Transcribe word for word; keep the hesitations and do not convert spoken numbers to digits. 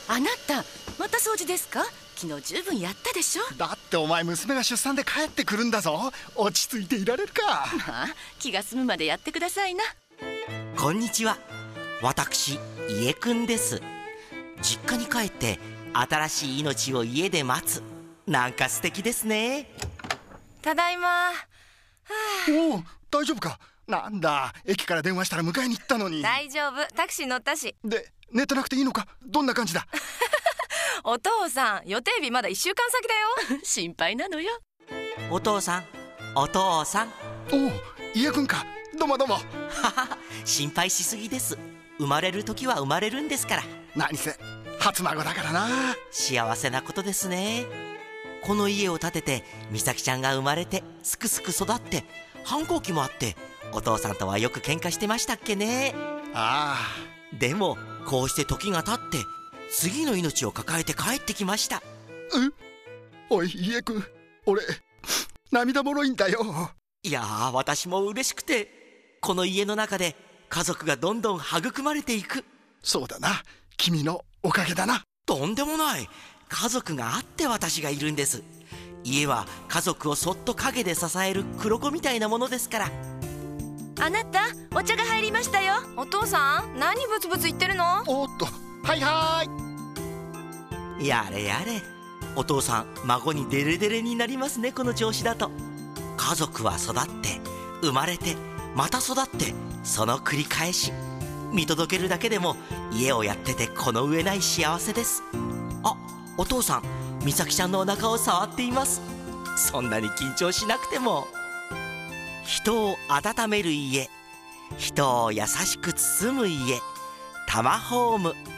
あなたまた掃除ですか？昨日十分やったでしょ。 だってお前娘が出産で帰ってくるんだぞ。落ち着いていられるか。 まあ気が済むまでやってくださいな。 こんにちは、私家くんです。実家に帰って新しい命を家で待つ、なんか素敵ですね。 ただいま。はあ、 おお、大丈夫か。なんだ、駅から電話したら迎えに行ったのに。 大丈夫、タクシー乗ったし。 で、寝てなくていいのか。どんな感じだ。 お父さん、予定日まだいっしゅうかん先だよ。 心配なのよ。 お父さん、お父さん。 おお、家くんか。どうもどうも。 はは、心配しすぎです。生まれる時は生まれるんですから。 何せ初孫だからな。 幸せなことですね。この家を建てて美咲ちゃんが生まれてすくすく育って反抗期もあって、お父さんとはよく喧嘩してましたっけね。 ああ。でもこうして時が経って次の命を抱えて帰ってきました。 え、おい家くん、俺涙もろいんだよ。 いやー、私も嬉しくて、この家の中で家族がどんどん育まれていく。 そうだな、君のおかげだな。 とんでもない。家族があって私がいるんです。家は家族をそっと陰で支える黒子みたいなものですから。 あなた、お茶が入りましたよ。 お父さん、何ブツブツ言ってるの？ おっと、はいはーい。やれやれ、お父さん孫にデレデレになりますね、この調子だと。家族は育って生まれてまた育って、その繰り返し。見届けるだけでも家をやっててこの上ない幸せです。あ、お父さん、美咲ちゃんのお腹を触っています。そんなに緊張しなくても。人を温める家、人を優しく包む家、タマホーム。